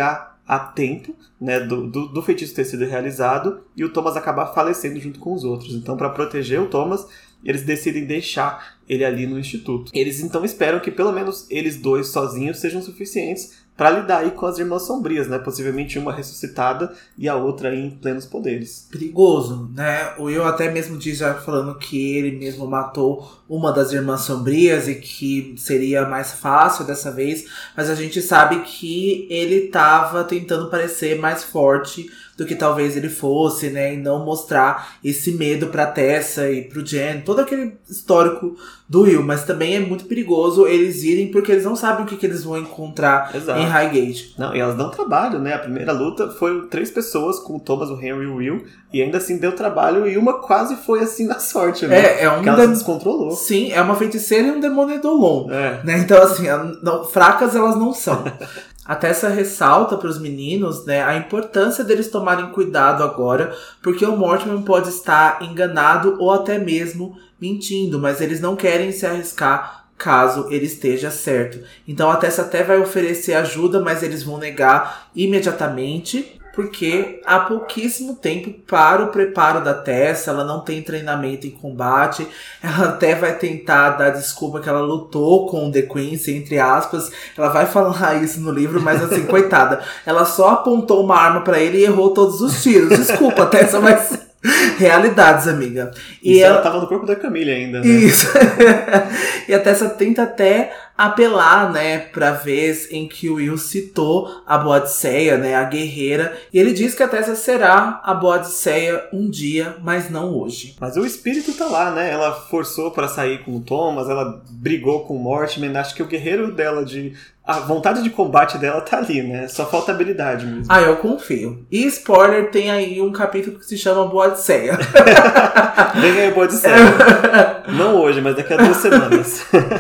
a tempo, né, do feitiço ter sido realizado e o Thomas acabar falecendo junto com os outros. Então, para proteger o Thomas, eles decidem deixar ele ali no instituto. Eles então esperam que pelo menos eles dois sozinhos sejam suficientes para lidar aí com as Irmãs Sombrias, né? Possivelmente uma ressuscitada e a outra aí em plenos poderes. Perigoso, né? O Will até mesmo diz, já falando que ele mesmo matou uma das Irmãs Sombrias e que seria mais fácil dessa vez, mas a gente sabe que ele tava tentando parecer mais forte do que talvez ele fosse, né? E não mostrar esse medo pra Tessa e pro Jen, todo aquele histórico do Will. Mas também é muito perigoso eles irem, porque eles não sabem o que eles vão encontrar em Highgate. Não, e elas dão trabalho, né? A primeira luta foi 3 pessoas, com o Thomas, o Henry e o Will, e ainda assim deu trabalho, e uma quase foi assim na sorte, né? Porque ela se descontrolou. Sim, é uma feiticeira e um demônio Dolon. Né? Então, assim, fracas elas não são. A Tessa ressalta para os meninos, né, a importância deles tomarem cuidado agora, porque o Mortimer pode estar enganado ou até mesmo mentindo, mas eles não querem se arriscar caso ele esteja certo. Então a Tessa até vai oferecer ajuda, mas eles vão negar imediatamente, porque há pouquíssimo tempo para o preparo da Tessa, ela não tem treinamento em combate, ela até vai tentar dar desculpa que ela lutou com o The Quincy, entre aspas, ela vai falar isso no livro, mas assim, coitada, ela só apontou uma arma pra ele e errou todos os tiros, desculpa, Tessa, mas... realidades, amiga. E ela tava no corpo da Camille ainda, né? Isso. E a Tessa tenta até apelar, né, pra vez em que o Will citou a Boadicea, né, a guerreira. E ele diz que a Tessa será a Boadicea um dia, mas não hoje. Mas o espírito tá lá, né? Ela forçou pra sair com o Thomas, ela brigou com o Mortimer. Acho que o guerreiro dela a vontade de combate dela tá ali, né? Só falta habilidade mesmo. Eu confio. E spoiler, tem aí um capítulo que se chama Boadicea. Vem aí, Boadicea. Não hoje, mas daqui a 2 semanas.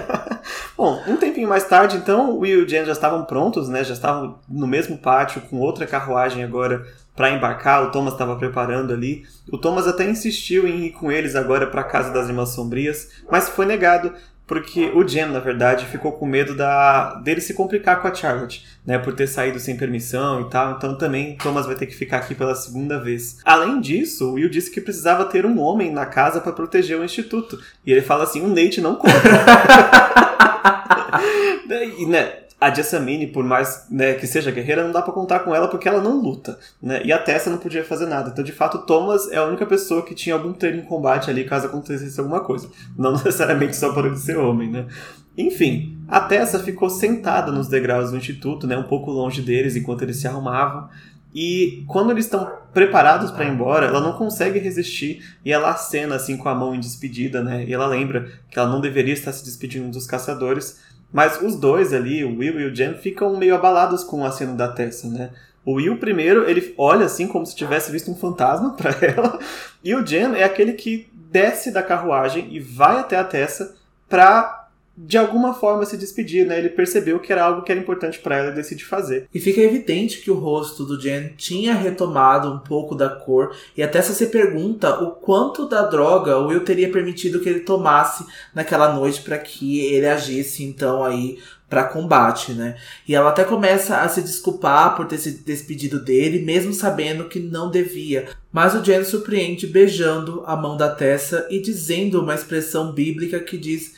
Bom, um tempinho mais tarde, então, o Will e o Jen já estavam prontos, né? Já estavam no mesmo pátio, com outra carruagem agora para embarcar. O Thomas estava preparando ali. O Thomas até insistiu em ir com eles agora para a casa das Irmãs Sombrias, mas foi negado. Porque o Jen, na verdade, ficou com medo dele se complicar com a Charlotte, né, por ter saído sem permissão e tal. Então também Thomas vai ter que ficar aqui pela segunda vez. Além disso, o Will disse que precisava ter um homem na casa para proteger o instituto. E ele fala assim, o Nate não conta. E, né, a Jessamine, por mais, né, que seja guerreira, não dá pra contar com ela porque ela não luta, né? E a Tessa não podia fazer nada. Então, de fato, Thomas é a única pessoa que tinha algum treino em combate ali caso acontecesse alguma coisa. Não necessariamente só por ele ser homem, né? Enfim, a Tessa ficou sentada nos degraus do instituto, né, um pouco longe deles enquanto eles se arrumavam. E quando eles estão preparados para ir embora, ela não consegue resistir e ela acena assim com a mão em despedida, né? E ela lembra que ela não deveria estar se despedindo dos caçadores. Mas os dois ali, o Will e o Jen, ficam meio abalados com o aceno da Tessa, né? O Will, primeiro, ele olha assim como se tivesse visto um fantasma pra ela. E o Jen é aquele que desce da carruagem e vai até a Tessa pra, de alguma forma, se despedir, né? Ele percebeu que era algo que era importante pra ela e decide fazer. E fica evidente que o rosto do Jen tinha retomado um pouco da cor. E a Tessa se pergunta o quanto da droga o Will teria permitido que ele tomasse naquela noite pra que ele agisse, então, aí pra combate, né? E ela até começa a se desculpar por ter se despedido dele, mesmo sabendo que não devia. Mas o Jen surpreende beijando a mão da Tessa e dizendo uma expressão bíblica que diz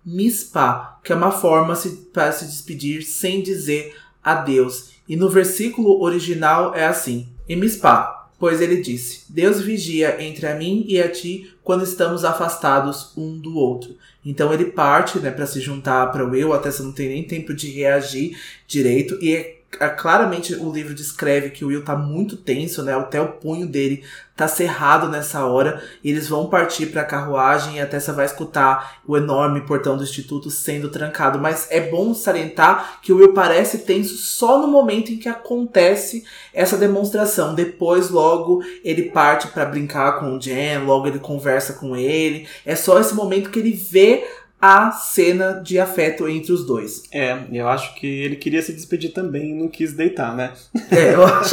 mispah, que é uma forma para se despedir sem dizer adeus. E no versículo original é assim: e mispah, pois ele disse, Deus vigia entre a mim e a ti quando estamos afastados um do outro. Então ele parte, né, para se juntar para o Will, até você não tem nem tempo de reagir direito, e claramente o livro descreve que o Will tá muito tenso, né? Até o punho dele tá cerrado nessa hora. E eles vão partir pra carruagem e a Tessa vai escutar o enorme portão do instituto sendo trancado. Mas é bom salientar que o Will parece tenso só no momento em que acontece essa demonstração. Depois, logo, ele parte pra brincar com o Jen, logo ele conversa com ele. É só esse momento que ele vê a cena de afeto entre os dois. Eu acho que ele queria se despedir também e não quis deitar, né? Eu acho.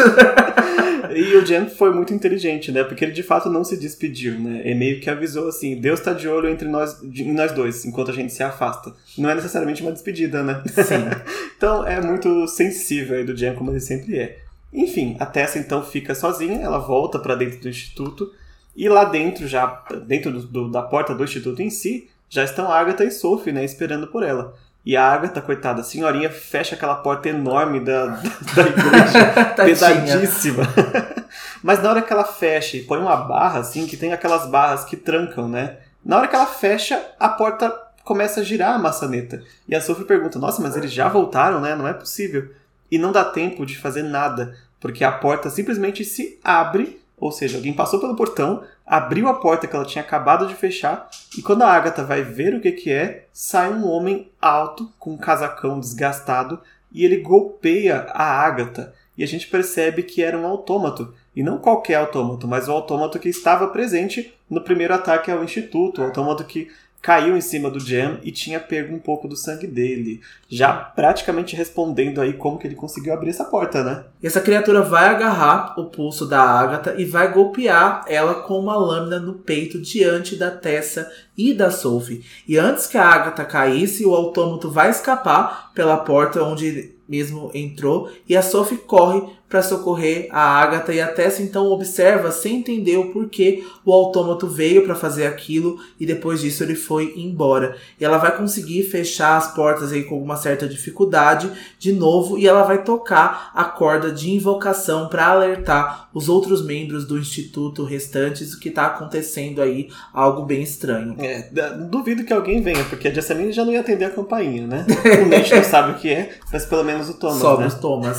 E o Jen foi muito inteligente, né? Porque ele de fato não se despediu, né? Ele meio que avisou assim, Deus tá de olho em nós dois, enquanto a gente se afasta. Não é necessariamente uma despedida, né? Sim. Então é muito sensível aí do Jen, como ele sempre é. Enfim, a Tessa então fica sozinha, ela volta para dentro do instituto, e lá dentro, já dentro da porta do instituto em si, já estão Agatha e Sophie, né, esperando por ela. E a Agatha, coitada, a senhorinha, fecha aquela porta enorme da igreja, pesadíssima. Mas na hora que ela fecha e põe uma barra, assim, que tem aquelas barras que trancam, né? Na hora que ela fecha, a porta começa a girar a maçaneta. E a Sophie pergunta, nossa, mas eles já voltaram, né? Não é possível. E não dá tempo de fazer nada, porque a porta simplesmente se abre, ou seja, alguém passou pelo portão, abriu a porta que ela tinha acabado de fechar, e quando a Agatha vai ver o que é, sai um homem alto, com um casacão desgastado, e ele golpeia a Agatha. E a gente percebe que era um autômato, e não qualquer autômato, mas o autômato que estava presente no primeiro ataque ao Instituto, o autômato que caiu em cima do Jem e tinha pego um pouco do sangue dele. Já praticamente respondendo aí como que ele conseguiu abrir essa porta, né? E essa criatura vai agarrar o pulso da Agatha e vai golpear ela com uma lâmina no peito diante da Tessa e da Sophie. E antes que a Agatha caísse, o autômato vai escapar pela porta onde ele mesmo entrou, e a Sophie corre para socorrer a Agatha, e a Tessa então observa sem entender o porquê o autômato veio para fazer aquilo, e depois disso ele foi embora. E ela vai conseguir fechar as portas aí com uma certa dificuldade de novo, e ela vai tocar a corda de invocação para alertar os outros membros do instituto restantes que está acontecendo aí algo bem estranho. Duvido que alguém venha, porque a Jessamine já não ia atender a campainha, né? O Nate não sabe o que é, mas pelo menos o Thomas, Só né? os Thomas,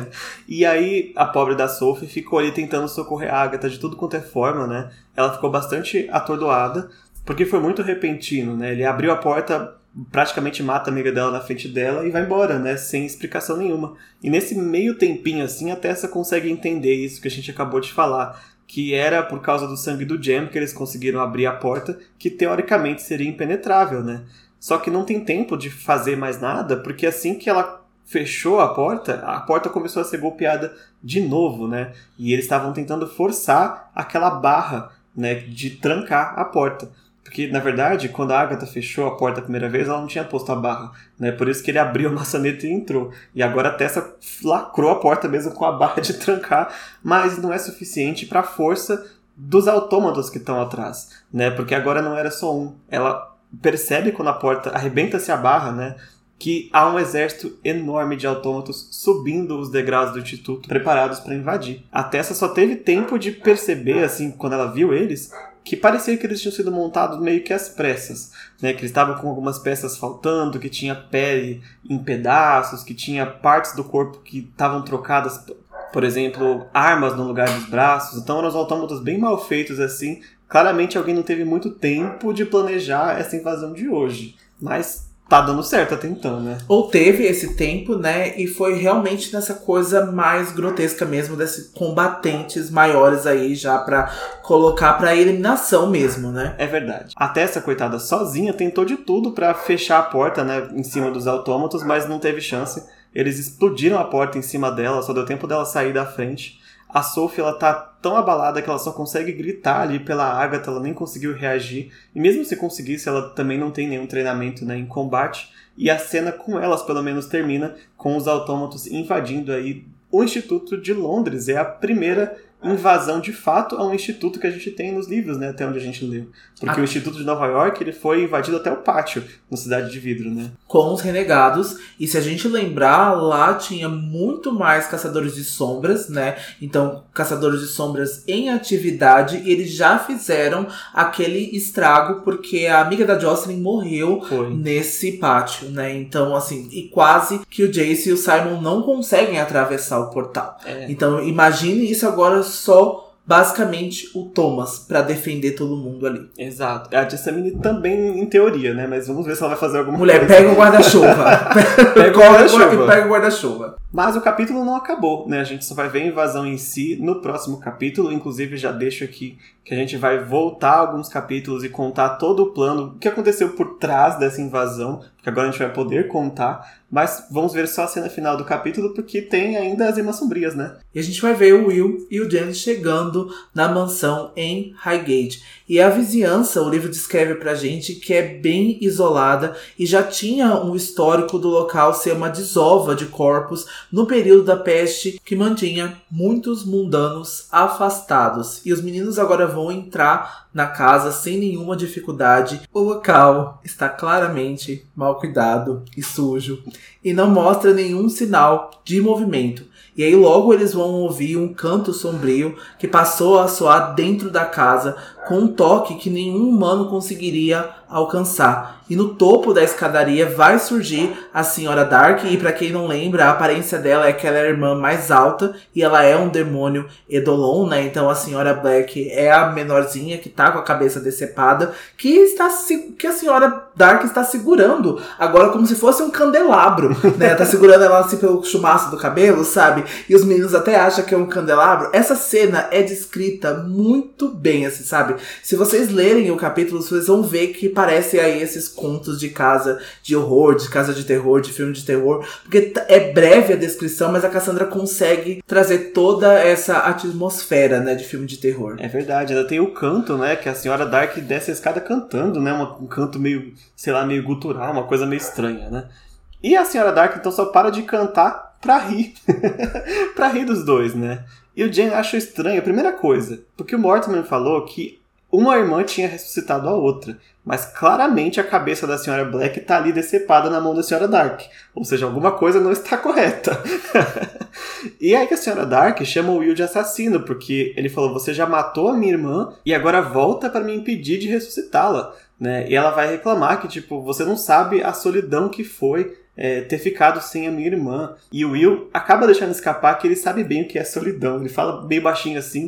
E aí a pobre da Sophie ficou ali tentando socorrer a Agatha de tudo quanto é forma, né? Ela ficou bastante atordoada, porque foi muito repentino, né? Ele abriu a porta, praticamente mata a amiga dela na frente dela e vai embora, né? Sem explicação nenhuma. E nesse meio tempinho assim, a Tessa consegue entender isso que a gente acabou de falar, que era por causa do sangue do Jem que eles conseguiram abrir a porta, que teoricamente seria impenetrável, né? Só que não tem tempo de fazer mais nada, porque assim que ela fechou a porta começou a ser golpeada de novo, né? E eles estavam tentando forçar aquela barra, né, de trancar a porta. Porque, na verdade, quando a Agatha fechou a porta a primeira vez, ela não tinha posto a barra, né? Por isso que ele abriu a maçaneta e entrou. E agora a Tessa lacrou a porta mesmo com a barra de trancar, mas não é suficiente para a força dos autômatos que estão atrás, né? Porque agora não era só um. Ela percebe quando a porta arrebenta-se a barra, né, que há um exército enorme de autômatos subindo os degraus do instituto, preparados para invadir. A Tessa só teve tempo de perceber, assim, quando ela viu eles, que parecia que eles tinham sido montados meio que às pressas, né? Que eles estavam com algumas peças faltando, que tinha pele em pedaços, que tinha partes do corpo que estavam trocadas, por exemplo, armas no lugar dos braços. Então eram os autômatos bem mal feitos, assim. Claramente alguém não teve muito tempo de planejar essa invasão de hoje, mas tá dando certo até então, né? Ou teve esse tempo, né? E foi realmente nessa coisa mais grotesca mesmo, desses combatentes maiores aí já pra colocar pra eliminação mesmo, né? É verdade. Até essa coitada sozinha tentou de tudo pra fechar a porta, né? Em cima dos autômatos, mas não teve chance. Eles explodiram a porta em cima dela, só deu tempo dela sair da frente. A Sophie, ela tá tão abalada que ela só consegue gritar ali pela Agatha, ela nem conseguiu reagir. E mesmo se conseguisse, ela também não tem nenhum treinamento, né, em combate. E a cena com elas, pelo menos, termina com os autômatos invadindo aí o Instituto de Londres. É a primeira invasão de fato a um instituto que a gente tem nos livros, né, até onde a gente leu. Porque o Instituto de Nova York, ele foi invadido até o pátio, no Cidade de Vidro, né? Com os renegados, e se a gente lembrar, lá tinha muito mais caçadores de sombras, né? Então, caçadores de sombras em atividade, e eles já fizeram aquele estrago, porque a amiga da Jocelyn morreu nesse pátio, né? Então, assim, e quase que o Jace e o Simon não conseguem atravessar o portal. Então, imagine isso agora só basicamente o Thomas pra defender todo mundo ali. Exato. A Jessamine também, em teoria, né? Mas vamos ver se ela vai fazer alguma coisa. Mulher, pega o guarda-chuva. Pega o guarda-chuva. Mas o capítulo não acabou, né? A gente só vai ver a invasão em si no próximo capítulo. Inclusive, já deixo aqui que a gente vai voltar alguns capítulos e contar todo o plano, o que aconteceu por trás dessa invasão, porque agora a gente vai poder contar. Mas vamos ver só a cena final do capítulo, porque tem ainda as Irmãs Sombrias, né? E a gente vai ver o Will e o James chegando na mansão em Highgate. E a vizinhança, o livro descreve pra gente que é bem isolada e já tinha um histórico do local ser uma desova de corpos no período da peste que mantinha muitos mundanos afastados. E os meninos agora vão entrar na casa sem nenhuma dificuldade. O local está claramente mal cuidado e sujo e não mostra nenhum sinal de movimento. E aí logo eles vão ouvir um canto sombrio que passou a soar dentro da casa com um toque que nenhum humano conseguiria alcançar. E no topo da escadaria vai surgir a Senhora Dark, e pra quem não lembra, a aparência dela é que ela é a irmã mais alta e ela é um demônio Eidolon, né? Então a Senhora Black é a menorzinha que tá com a cabeça decepada, que a Senhora Dark está segurando agora como se fosse um candelabro, né? Tá segurando ela assim pelo chumaço do cabelo, sabe? E os meninos até acham que é um candelabro. Essa cena é descrita muito bem, assim, sabe? Se vocês lerem o capítulo, vocês vão ver que parece aí esses contos de casa de horror, de casa de terror, de filme de terror, porque é breve a descrição, mas a Cassandra consegue trazer toda essa atmosfera, né, de filme de terror. É verdade, ela tem o canto, né, que a Senhora Dark desce a escada cantando, né, um canto meio, sei lá, meio gutural, uma coisa meio estranha, né. E a Senhora Dark, então, só para de cantar pra rir. Pra rir dos dois, né. E o Jen acha estranho, a primeira coisa, porque o Mortimer falou que uma irmã tinha ressuscitado a outra, mas claramente a cabeça da Senhora Black tá ali decepada na mão da Senhora Dark. Ou seja, alguma coisa não está correta. E aí que a Senhora Dark chama o Will de assassino, porque ele falou, você já matou a minha irmã e agora volta para me impedir de ressuscitá-la. Né? E ela vai reclamar que, tipo, você não sabe a solidão que foi ter ficado sem a minha irmã. E o Will acaba deixando escapar que ele sabe bem o que é solidão. Ele fala bem baixinho assim,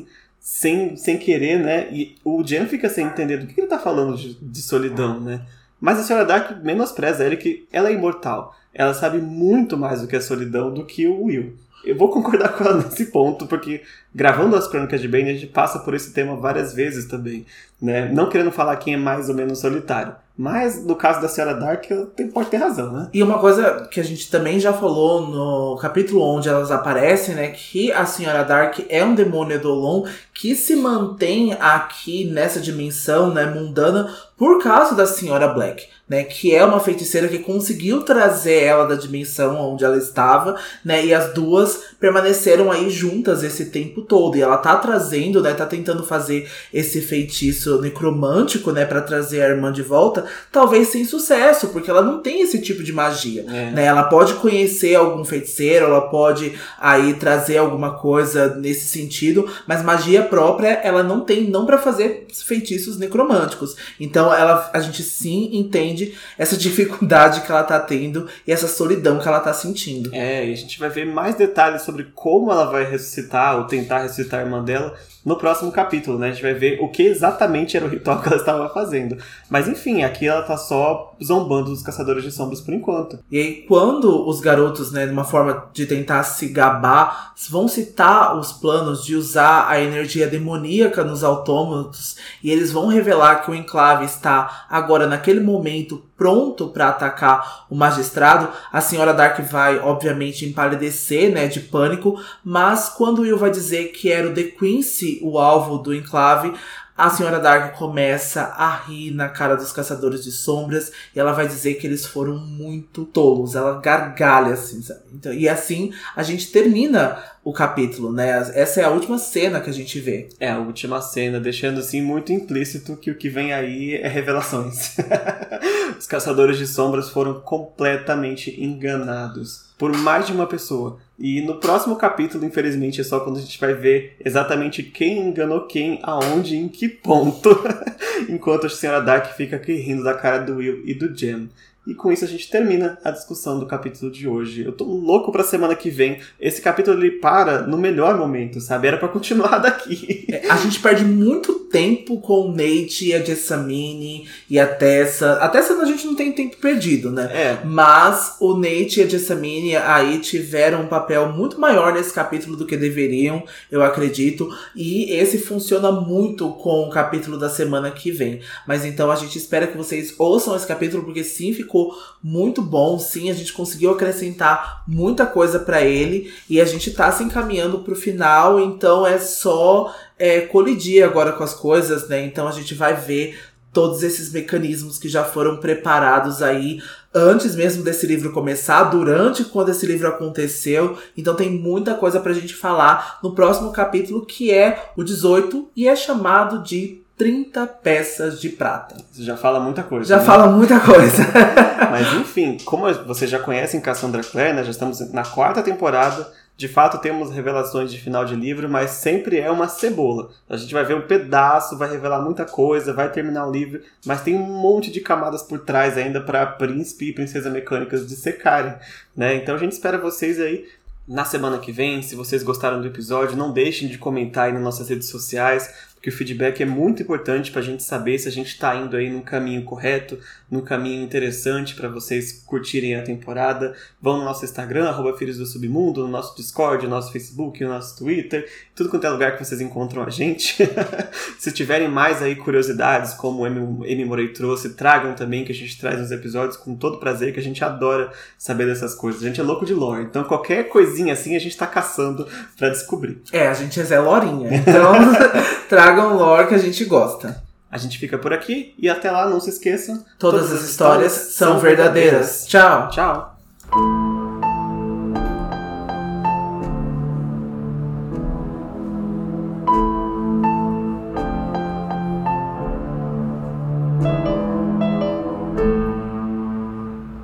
sem querer, né? E o Jen fica sem entender do que ele tá falando de solidão, né? Mas a Senhora Dark menospreza ele, que ela é imortal. Ela sabe muito mais do que a solidão do que o Will. Eu vou concordar com ela nesse ponto, porque gravando as Crônicas de Bane, a gente passa por esse tema várias vezes também, né? Não querendo falar quem é mais ou menos solitário. Mas, no caso da Senhora Dark, pode ter razão, né? E uma coisa que a gente também já falou no capítulo onde elas aparecem, né? Que a Senhora Dark é um demônio Eidolon que se mantém aqui nessa dimensão, né, mundana por causa da Senhora Black, né? Que é uma feiticeira que conseguiu trazer ela da dimensão onde ela estava, né? E as duas permaneceram aí juntas esse tempo todo. E ela tá trazendo, né? Tá tentando fazer esse feitiço necromântico, né? Pra trazer a irmã de volta. Talvez sem sucesso, porque ela não tem esse tipo de magia, né? Ela pode conhecer algum feiticeiro, ela pode aí trazer alguma coisa nesse sentido, mas magia própria ela não tem, não pra fazer feitiços necromânticos. Então a gente sim entende essa dificuldade que ela tá tendo e essa solidão que ela tá sentindo. E a gente vai ver mais detalhes sobre como ela vai ressuscitar ou tentar ressuscitar a irmã dela no próximo capítulo, né? A gente vai ver o que exatamente era o ritual que ela estava fazendo. Mas enfim, aqui ela tá só zombando dos Caçadores de Sombras por enquanto. E aí quando os garotos, né, de uma forma de tentar se gabar, vão citar os planos de usar a energia demoníaca nos autômatos, e eles vão revelar que o enclave está agora naquele momento pronto para atacar o magistrado, a Senhora Dark vai obviamente empalidecer, né, de pânico, mas quando o Will vai dizer que era o The Quincy o alvo do enclave, a Senhora Dark começa a rir na cara dos Caçadores de Sombras e ela vai dizer que eles foram muito tolos. Ela gargalha, assim, sabe? Então, e assim a gente termina o capítulo, né? Essa é a última cena que a gente vê. É a última cena, deixando assim muito implícito que o que vem aí é revelações. Os Caçadores de Sombras foram completamente enganados por mais de uma pessoa. E no próximo capítulo, infelizmente, é só quando a gente vai ver exatamente quem enganou quem, aonde, em que ponto. Enquanto a Senhora Dark fica aqui rindo da cara do Will e do Jen. E com isso a gente termina a discussão do capítulo de hoje. Eu tô louco pra semana que vem. Esse capítulo ele para no melhor momento, sabe? Era pra continuar daqui. A gente perde muito tempo com o Nate e a Jessamine e a Tessa. A Tessa a gente não tem tempo perdido, né? Mas o Nate e a Jessamine aí tiveram um papel muito maior nesse capítulo do que deveriam, eu acredito. E esse funciona muito com o capítulo da semana que vem. Mas então a gente espera que vocês ouçam esse capítulo, porque sim, ficou muito bom, sim, a gente conseguiu acrescentar muita coisa pra ele e a gente tá se encaminhando pro final, então é só colidir agora com as coisas, né? Então a gente vai ver todos esses mecanismos que já foram preparados aí antes mesmo desse livro começar, durante quando esse livro aconteceu. Então tem muita coisa pra gente falar no próximo capítulo, que é o 18, e é chamado de 30 peças de prata. Isso já fala muita coisa. Já fala muita coisa. Mas enfim, como vocês já conhecem Cassandra Clare, né? Já estamos na 4ª temporada. De fato, temos revelações de final de livro, mas sempre é uma cebola. A gente vai ver um pedaço, vai revelar muita coisa, vai terminar o livro, mas tem um monte de camadas por trás ainda para príncipe e princesa mecânicas dissecarem, né? Então a gente espera vocês aí na semana que vem. Se vocês gostaram do episódio, não deixem de comentar aí nas nossas redes sociais, porque o feedback é muito importante pra gente saber se a gente tá indo aí num caminho correto, num caminho interessante pra vocês curtirem a temporada. Vão no nosso Instagram, @Filhos do Submundo, no nosso Discord, no nosso Facebook, no nosso Twitter, tudo quanto é lugar que vocês encontram a gente. Se tiverem mais aí curiosidades, como o Emi Morei trouxe, tragam também, que a gente traz nos episódios com todo prazer, que a gente adora saber dessas coisas. A gente é louco de lore, então qualquer coisinha assim a gente tá caçando pra descobrir. A gente é Zé Lorinha, então tragam lore que a gente gosta. A gente fica por aqui e até lá, não se esqueçam. Todas as histórias são verdadeiras. Tchau. Tchau.